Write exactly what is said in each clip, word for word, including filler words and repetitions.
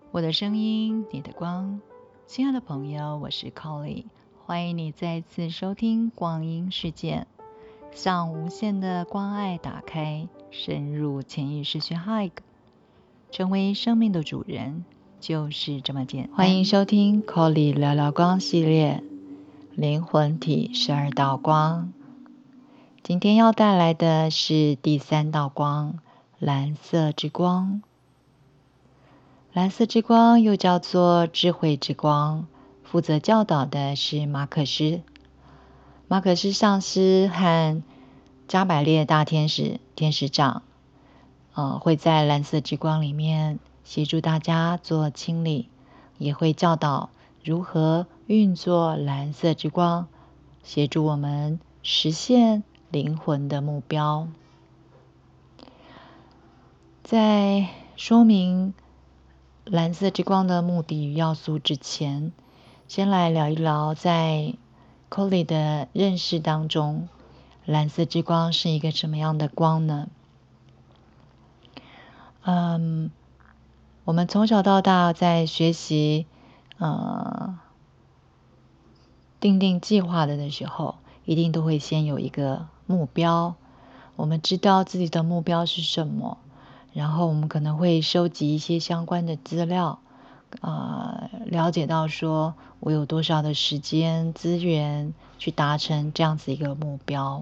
我的声音，你的光。亲爱的朋友，我是 Colly， 欢迎你再次收听光阴事件，向无限的关爱打开，深入潜意识去 hug， 成为生命的主人，就是这么简单。欢迎收听 Colly 聊聊光系列，灵魂体十二道光。今天要带来的是第三道光，蓝色之光。蓝色之光又叫做智慧之光，负责教导的是马可斯。马可斯上师和加百列大天使天使长，呃，会在蓝色之光里面协助大家做清理，也会教导如何运作蓝色之光，协助我们实现灵魂的目标。在说明蓝色之光的目的与要素之前，先来聊一聊在 Colly 的认识当中，蓝色之光是一个什么样的光呢？嗯，我们从小到大在学习呃定定计划的的时候，一定都会先有一个目标，我们知道自己的目标是什么，然后我们可能会收集一些相关的资料，呃，了解到说我有多少的时间资源去达成这样子一个目标。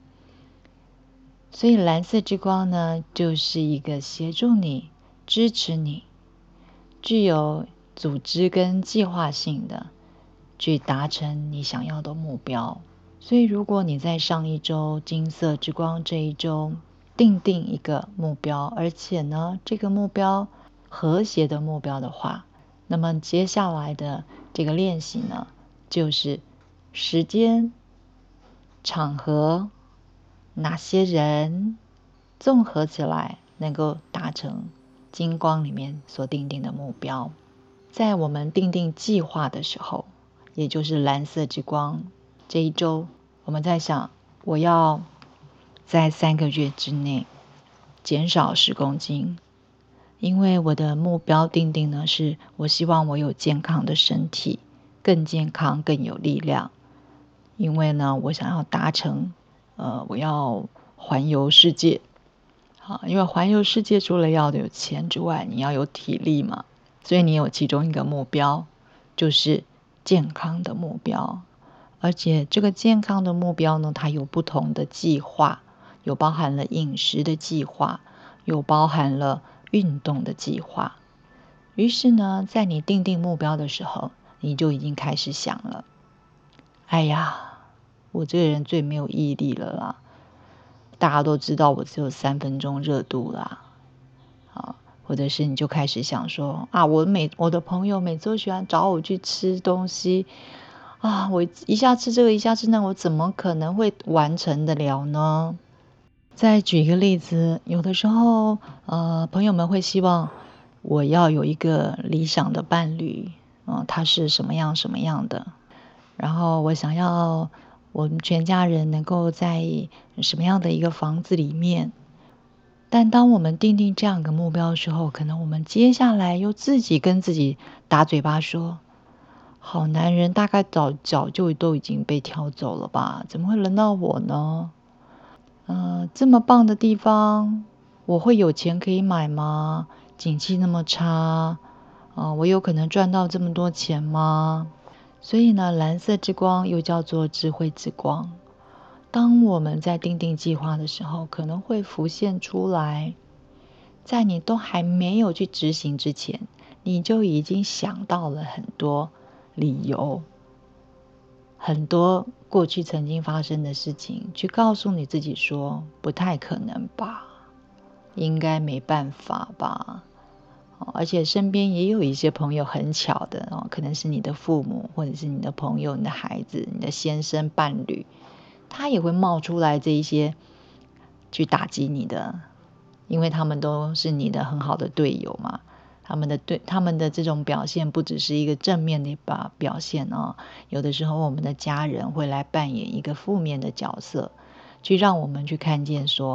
所以蓝色之光呢，就是一个协助你、支持你，具有组织跟计划性的去达成你想要的目标。所以如果你在上一周金色之光这一周定定一个目标，而且呢这个目标和谐的目标的话，那么接下来的这个练习呢，就是时间、场合、哪些人综合起来能够达成金光里面所定定的目标。在我们定定计划的时候，也就是蓝色之光这一周，我们在想我要在三个月之内减少十公斤，因为我的目标定定呢，是我希望我有健康的身体，更健康更有力量。因为呢我想要达成呃，我要环游世界。好，因为环游世界除了要有钱之外，你要有体力嘛，所以你有其中一个目标就是健康的目标。而且这个健康的目标呢，它有不同的计划，有包含了饮食的计划，有包含了运动的计划。于是呢在你定定目标的时候，你就已经开始想了，哎呀，我这个人最没有毅力了啦，大家都知道我只有三分钟热度啦。好，或者是你就开始想说啊，我每我的朋友每周喜欢找我去吃东西啊，我一下吃这个一下吃那，我怎么可能会完成得了呢？再举一个例子，有的时候呃，朋友们会希望我要有一个理想的伴侣，呃、他是什么样什么样的，然后我想要我们全家人能够在什么样的一个房子里面。但当我们定定这样一个目标的时候，可能我们接下来又自己跟自己打嘴巴说，好男人大概早早就都已经被挑走了吧，怎么会轮到我呢？呃，这么棒的地方我会有钱可以买吗？景气那么差，呃，我有可能赚到这么多钱吗？所以呢蓝色之光又叫做智慧之光，当我们在定定计划的时候，可能会浮现出来，在你都还没有去执行之前，你就已经想到了很多理由，很多过去曾经发生的事情，去告诉你自己说不太可能吧，应该没办法吧。而且身边也有一些朋友很巧的，可能是你的父母，或者是你的朋友，你的孩子，你的先生伴侣，他也会冒出来这一些去打击你的，因为他们都是你的很好的队友嘛，他们的对他们的这种表现不只是一个正面的表现哦，有的时候我们的家人会来扮演一个负面的角色，去让我们去看见说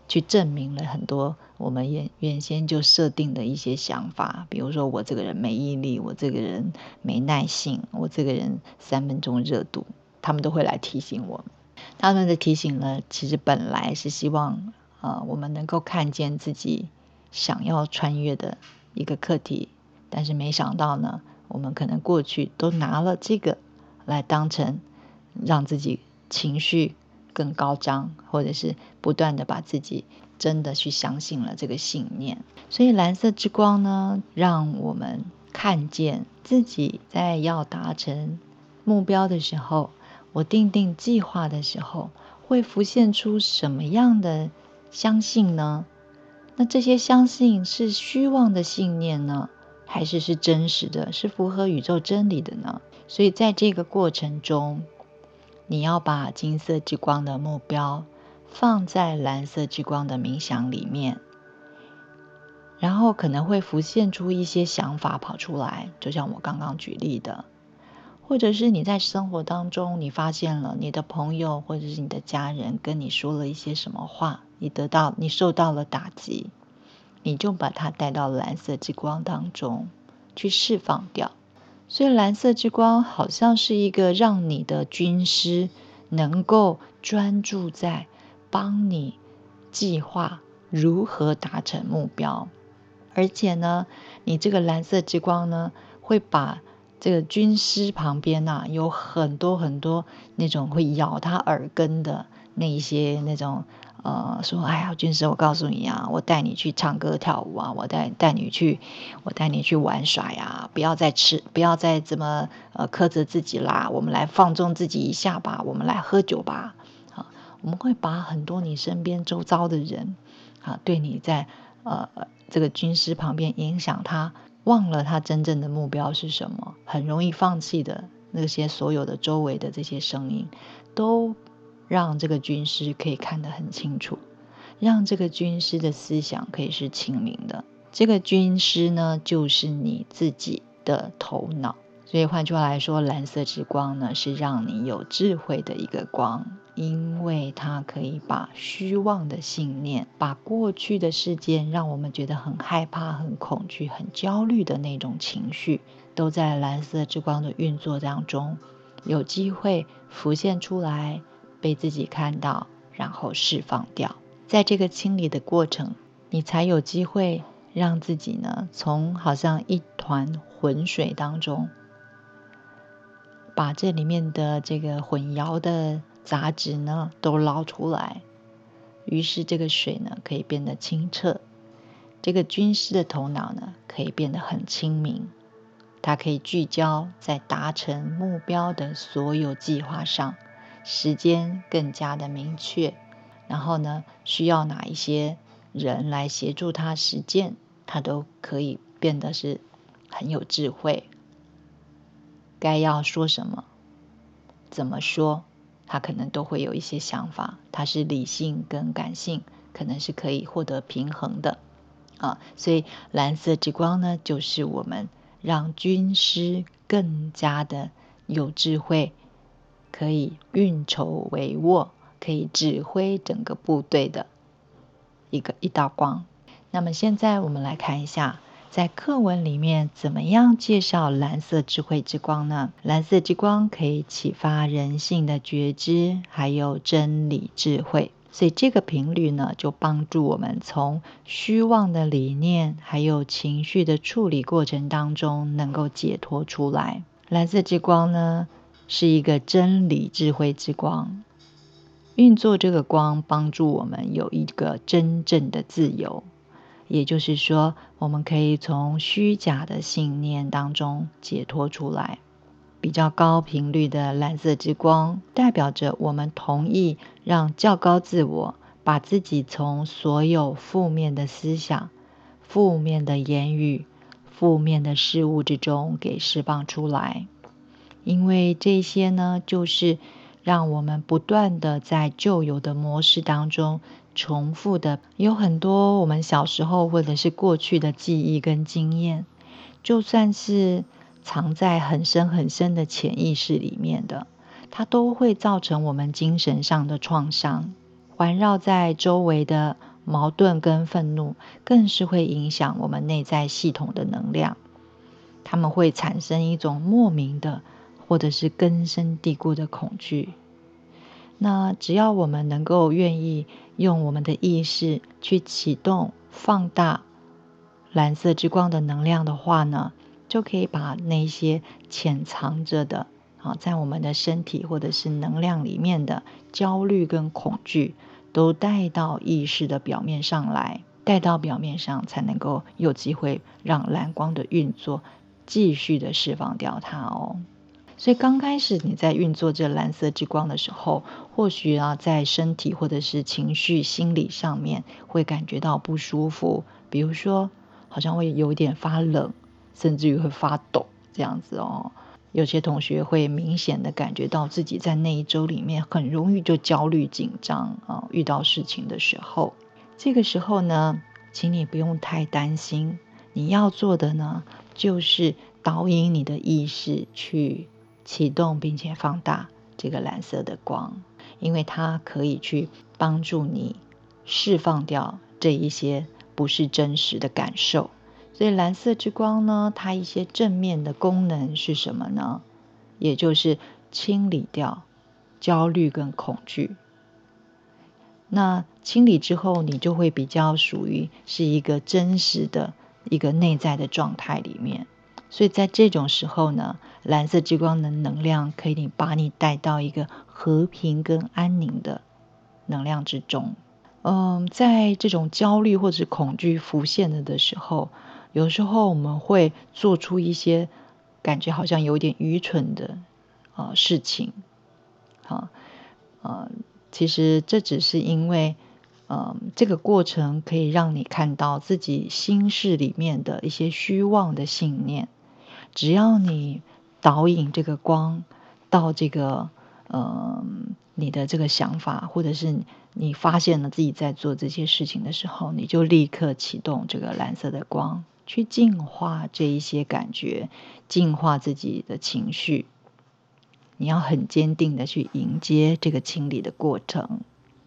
去证明了很多我们原原先就设定的一些想法，比如说我这个人没毅力，我这个人没耐性，我这个人三分钟热度，他们都会来提醒我们。他们的提醒呢，其实本来是希望呃我们能够看见自己想要穿越的一个课题，但是没想到呢，我们可能过去都拿了这个来当成让自己情绪更高涨，或者是不断的把自己真的去相信了这个信念。所以蓝色之光呢，让我们看见自己在要达成目标的时候，我定定计划的时候，会浮现出什么样的相信呢？那这些相信是虚妄的信念呢，还是是真实的，是符合宇宙真理的呢？所以在这个过程中，你要把金色之光的目标放在蓝色之光的冥想里面，然后可能会浮现出一些想法跑出来，就像我刚刚举例的，或者是你在生活当中你发现了你的朋友或者是你的家人跟你说了一些什么话，你得到你受到了打击，你就把它带到蓝色之光当中去释放掉。所以蓝色之光好像是一个让你的军师能够专注在帮你计划如何达成目标，而且呢，你这个蓝色之光呢，会把这个军师旁边啊，有很多很多那种会咬他耳根的那一些那种呃，说哎呀，军师，我告诉你啊，我带你去唱歌跳舞啊，我带带你去，我带你去玩耍呀，不要再吃，不要再这么呃苛责自己啦，我们来放纵自己一下吧，我们来喝酒吧。啊，我们会把很多你身边周遭的人啊，对你在呃这个军师旁边影响他，忘了他真正的目标是什么，很容易放弃的那些所有的周围的这些声音，都让这个军师可以看得很清楚，让这个军师的思想可以是清明的。这个军师呢，就是你自己的头脑。所以换句话来说，蓝色之光呢，是让你有智慧的一个光，因为它可以把虚妄的信念，把过去的事件让我们觉得很害怕、很恐惧、很焦虑的那种情绪，都在蓝色之光的运作当中有机会浮现出来，被自己看到，然后释放掉。在这个清理的过程，你才有机会让自己呢，从好像一团浑水当中，把这里面的这个混淆的杂质呢都捞出来，于是这个水呢可以变得清澈，这个军师的头脑呢可以变得很清明，它可以聚焦在达成目标的所有计划上，时间更加的明确，然后呢需要哪一些人来协助他实践，他都可以变得是很有智慧，该要说什么怎么说，他可能都会有一些想法，他是理性跟感性可能是可以获得平衡的啊。所以蓝色之光呢，就是我们让军师更加的有智慧，可以运筹帷幄，可以指挥整个部队的一个一道光。那么现在我们来看一下，在课文里面怎么样介绍蓝色智慧之光呢？蓝色之光可以启发人性的觉知，还有真理智慧。所以这个频率呢，就帮助我们从虚妄的理念，还有情绪的处理过程当中，能够解脱出来。蓝色之光呢，是一个真理智慧之光。运作这个光，帮助我们有一个真正的自由。也就是说，我们可以从虚假的信念当中解脱出来。比较高频率的蓝色之光，代表着我们同意让较高自我把自己从所有负面的思想、负面的言语、负面的事物之中给释放出来。因为这些呢，就是让我们不断的在旧有的模式当中重复的，有很多我们小时候或者是过去的记忆跟经验，就算是藏在很深很深的潜意识里面的，它都会造成我们精神上的创伤。环绕在周围的矛盾跟愤怒更是会影响我们内在系统的能量，它们会产生一种莫名的或者是根深蒂固的恐惧。那只要我们能够愿意用我们的意识去启动放大蓝色之光的能量的话呢，就可以把那些潜藏着的啊，在我们的身体或者是能量里面的焦虑跟恐惧都带到意识的表面上来，带到表面上才能够有机会让蓝光的运作继续的释放掉它哦。所以刚开始你在运作这蓝色之光的时候，或许啊在身体或者是情绪心理上面会感觉到不舒服，比如说好像会有点发冷，甚至于会发抖这样子哦。有些同学会明显的感觉到自己在那一周里面很容易就焦虑紧张啊，遇到事情的时候，这个时候呢，请你不用太担心，你要做的呢就是导引你的意识去启动并且放大这个蓝色的光，因为它可以去帮助你释放掉这一些不是真实的感受。所以蓝色之光呢，它一些正面的功能是什么呢？也就是清理掉焦虑跟恐惧。那清理之后，你就会比较属于是一个真实的一个内在的状态里面。所以在这种时候呢，蓝色之光的能量可以把你带到一个和平跟安宁的能量之中。嗯，在这种焦虑或者恐惧浮现了的时候，有时候我们会做出一些感觉好像有点愚蠢的、呃、事情。好，呃，其实这只是因为呃，这个过程可以让你看到自己心事里面的一些虚妄的信念。只要你导引这个光到这个呃你的这个想法，或者是你发现了自己在做这些事情的时候，你就立刻启动这个蓝色的光，去净化这一些感觉，净化自己的情绪。你要很坚定的去迎接这个清理的过程。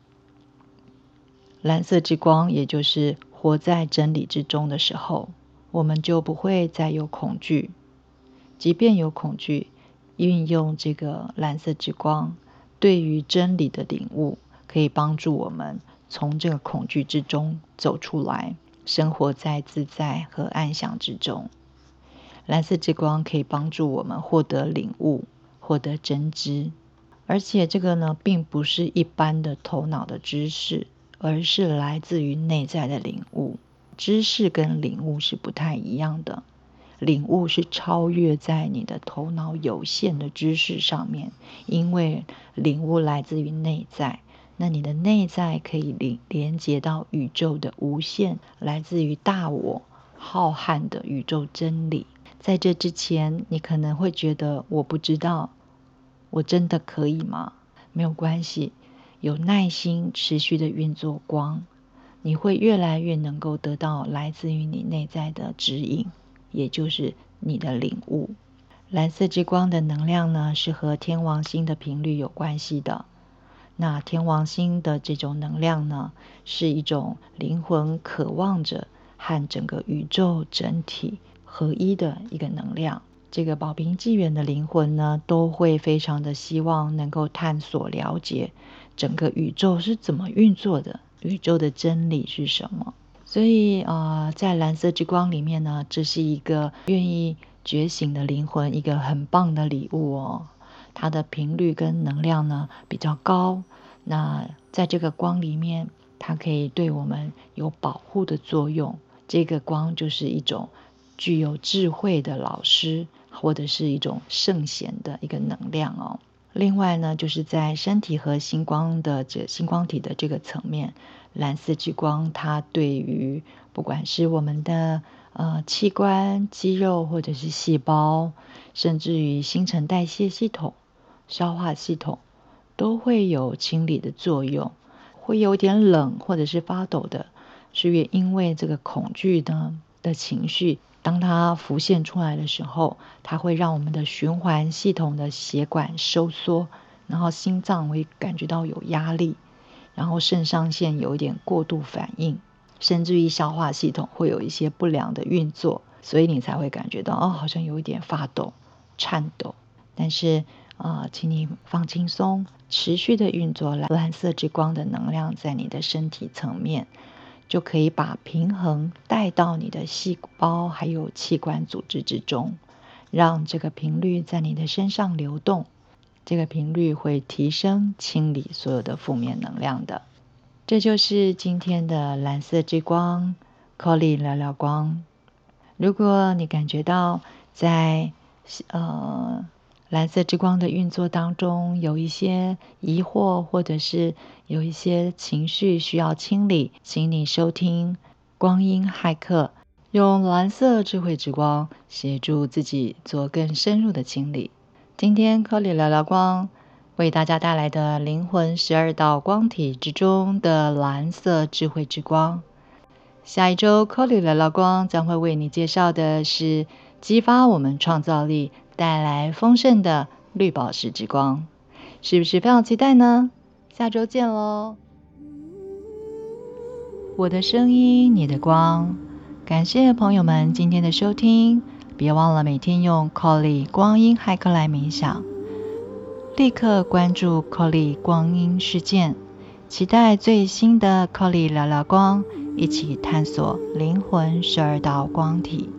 蓝色之光也就是活在真理之中的时候，我们就不会再有恐惧。即便有恐惧，运用这个蓝色之光对于真理的领悟，可以帮助我们从这个恐惧之中走出来，生活在自在和安详之中。蓝色之光可以帮助我们获得领悟，获得真知。而且这个呢，并不是一般的头脑的知识，而是来自于内在的领悟。知识跟领悟是不太一样的，领悟是超越在你的头脑有限的知识上面，因为领悟来自于内在，那你的内在可以连连接到宇宙的无限，来自于大我浩瀚的宇宙真理。在这之前，你可能会觉得我不知道，我真的可以吗？没有关系，有耐心持续的运作光，你会越来越能够得到来自于你内在的指引，也就是你的领悟。蓝色之光的能量呢，是和天王星的频率有关系的。那天王星的这种能量呢，是一种灵魂渴望着和整个宇宙整体合一的一个能量。这个宝瓶纪元的灵魂呢，都会非常的希望能够探索了解整个宇宙是怎么运作的，宇宙的真理是什么。所以呃，在蓝色之光里面呢，这是一个愿意觉醒的灵魂，一个很棒的礼物哦。它的频率跟能量呢比较高，那在这个光里面，它可以对我们有保护的作用。这个光就是一种具有智慧的老师，或者是一种圣贤的一个能量哦。另外呢，就是在身体和星光的这星光体的这个层面，蓝色之光它对于不管是我们的呃器官、肌肉或者是细胞，甚至于新陈代谢系统、消化系统，都会有清理的作用。会有点冷或者是发抖的，是因为这个恐惧呢的情绪，当它浮现出来的时候，它会让我们的循环系统的血管收缩，然后心脏会感觉到有压力， 然后肾上腺有一点过度反应，甚至于消化系统会有一些不良的运作，所以你才会感觉到哦，好像有一点发抖、颤抖。但是呃，请你放轻松，持续的运作蓝色之光的能量在你的身体层面，就可以把平衡带到你的细胞还有器官组织之中，让这个频率在你的身上流动。这个频率会提升清理所有的负面能量的。这就是今天的蓝色之光 Colly 聊聊光。如果你感觉到在呃蓝色之光的运作当中有一些疑惑，或者是有一些情绪需要清理，请你收听光阴骇客，用蓝色智慧之光协助自己做更深入的清理。今天Colly聊聊光为大家带来的灵魂十二道光体之中的蓝色智慧之光。下一周Colly聊聊光将会为你介绍的是激发我们创造力、带来丰盛的绿宝石之光，是不是非常期待呢？下周见咯。我的声音，你的光。感谢朋友们今天的收听，别忘了每天用 Colly 光阴骇客来冥想，立刻关注 Colly 光阴事件，期待最新的 Colly 聊聊光，一起探索灵魂十二道光体。